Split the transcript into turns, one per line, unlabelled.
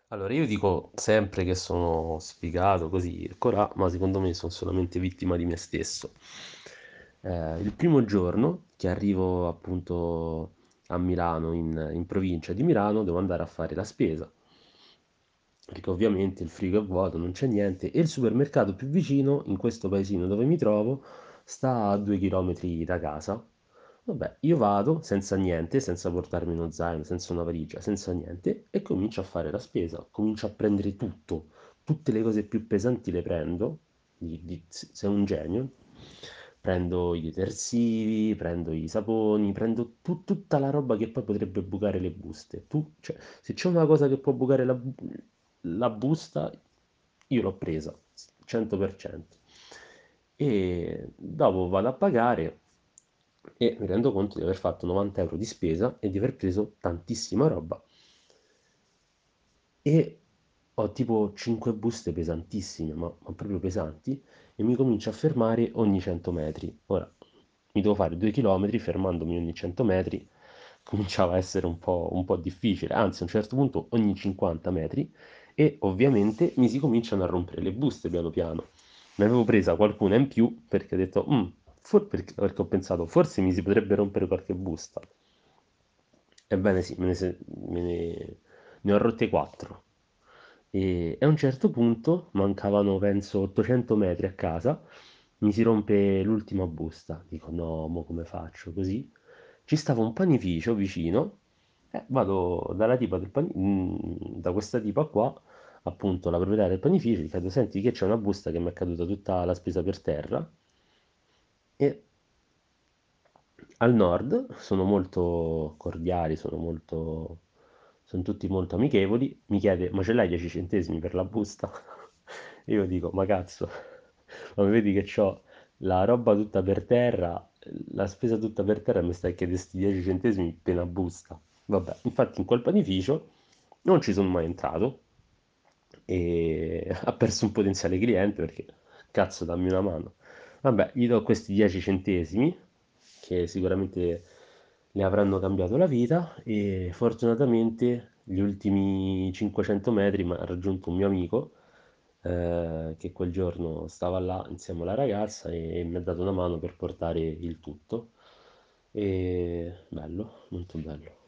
Allora, io dico sempre che sono sfigato così, ecco, ma secondo me sono solamente vittima di me stesso. Il primo giorno che arrivo appunto a Milano, in provincia di Milano, devo andare a fare la spesa, perché ovviamente il frigo è vuoto, non c'è niente, e il supermercato più vicino, in questo paesino dove mi trovo, sta a 2 chilometri da casa. Vabbè, io vado senza niente, senza portarmi uno zaino, senza una valigia, senza niente, e comincio a fare la spesa. Comincio a prendere tutto, tutte le cose più pesanti le prendo, sei un genio. Prendo i detersivi, prendo i saponi, prendo tutta la roba che poi potrebbe bucare le buste. Cioè, se c'è una cosa che può bucare la busta, io l'ho presa, 100%. E dopo vado a pagare e mi rendo conto di aver fatto 90 euro di spesa e di aver preso tantissima roba. E ho tipo 5 buste pesantissime, ma proprio pesanti, e mi comincio a fermare ogni 100 metri. Ora, mi devo fare 2 chilometri fermandomi ogni 100 metri, cominciava a essere un po' difficile, anzi a un certo punto ogni 50 metri, e ovviamente mi si cominciano a rompere le buste piano piano. Ne avevo presa qualcuna in più perché ho detto, perché ho pensato, forse mi si potrebbe rompere qualche busta. Ebbene sì, ne ho rotte 4. E a un certo punto, mancavano penso 800 metri a casa, mi si rompe l'ultima busta. Dico no, mo come faccio? Così. Ci stava un panificio vicino, vado dalla tipa da questa tipa qua, appunto la proprietaria del panificio, gli chiedo, senti che c'è una busta che mi è caduta tutta la spesa per terra, e al nord sono molto cordiali, sono tutti molto amichevoli. Mi chiede, ma ce l'hai 10 centesimi per la busta? Io dico, ma cazzo, ma mi vedi che ho la roba tutta per terra, la spesa tutta per terra, e mi stai a chiedere sti 10 centesimi per una busta? Vabbè, infatti in quel panificio non ci sono mai entrato e ha perso un potenziale cliente perché, cazzo, dammi una mano. Vabbè, gli do questi 10 centesimi che sicuramente le avranno cambiato la vita, e fortunatamente gli ultimi 500 metri mi ha raggiunto un mio amico, che quel giorno stava là insieme alla ragazza e mi ha dato una mano per portare il tutto. E bello, molto bello.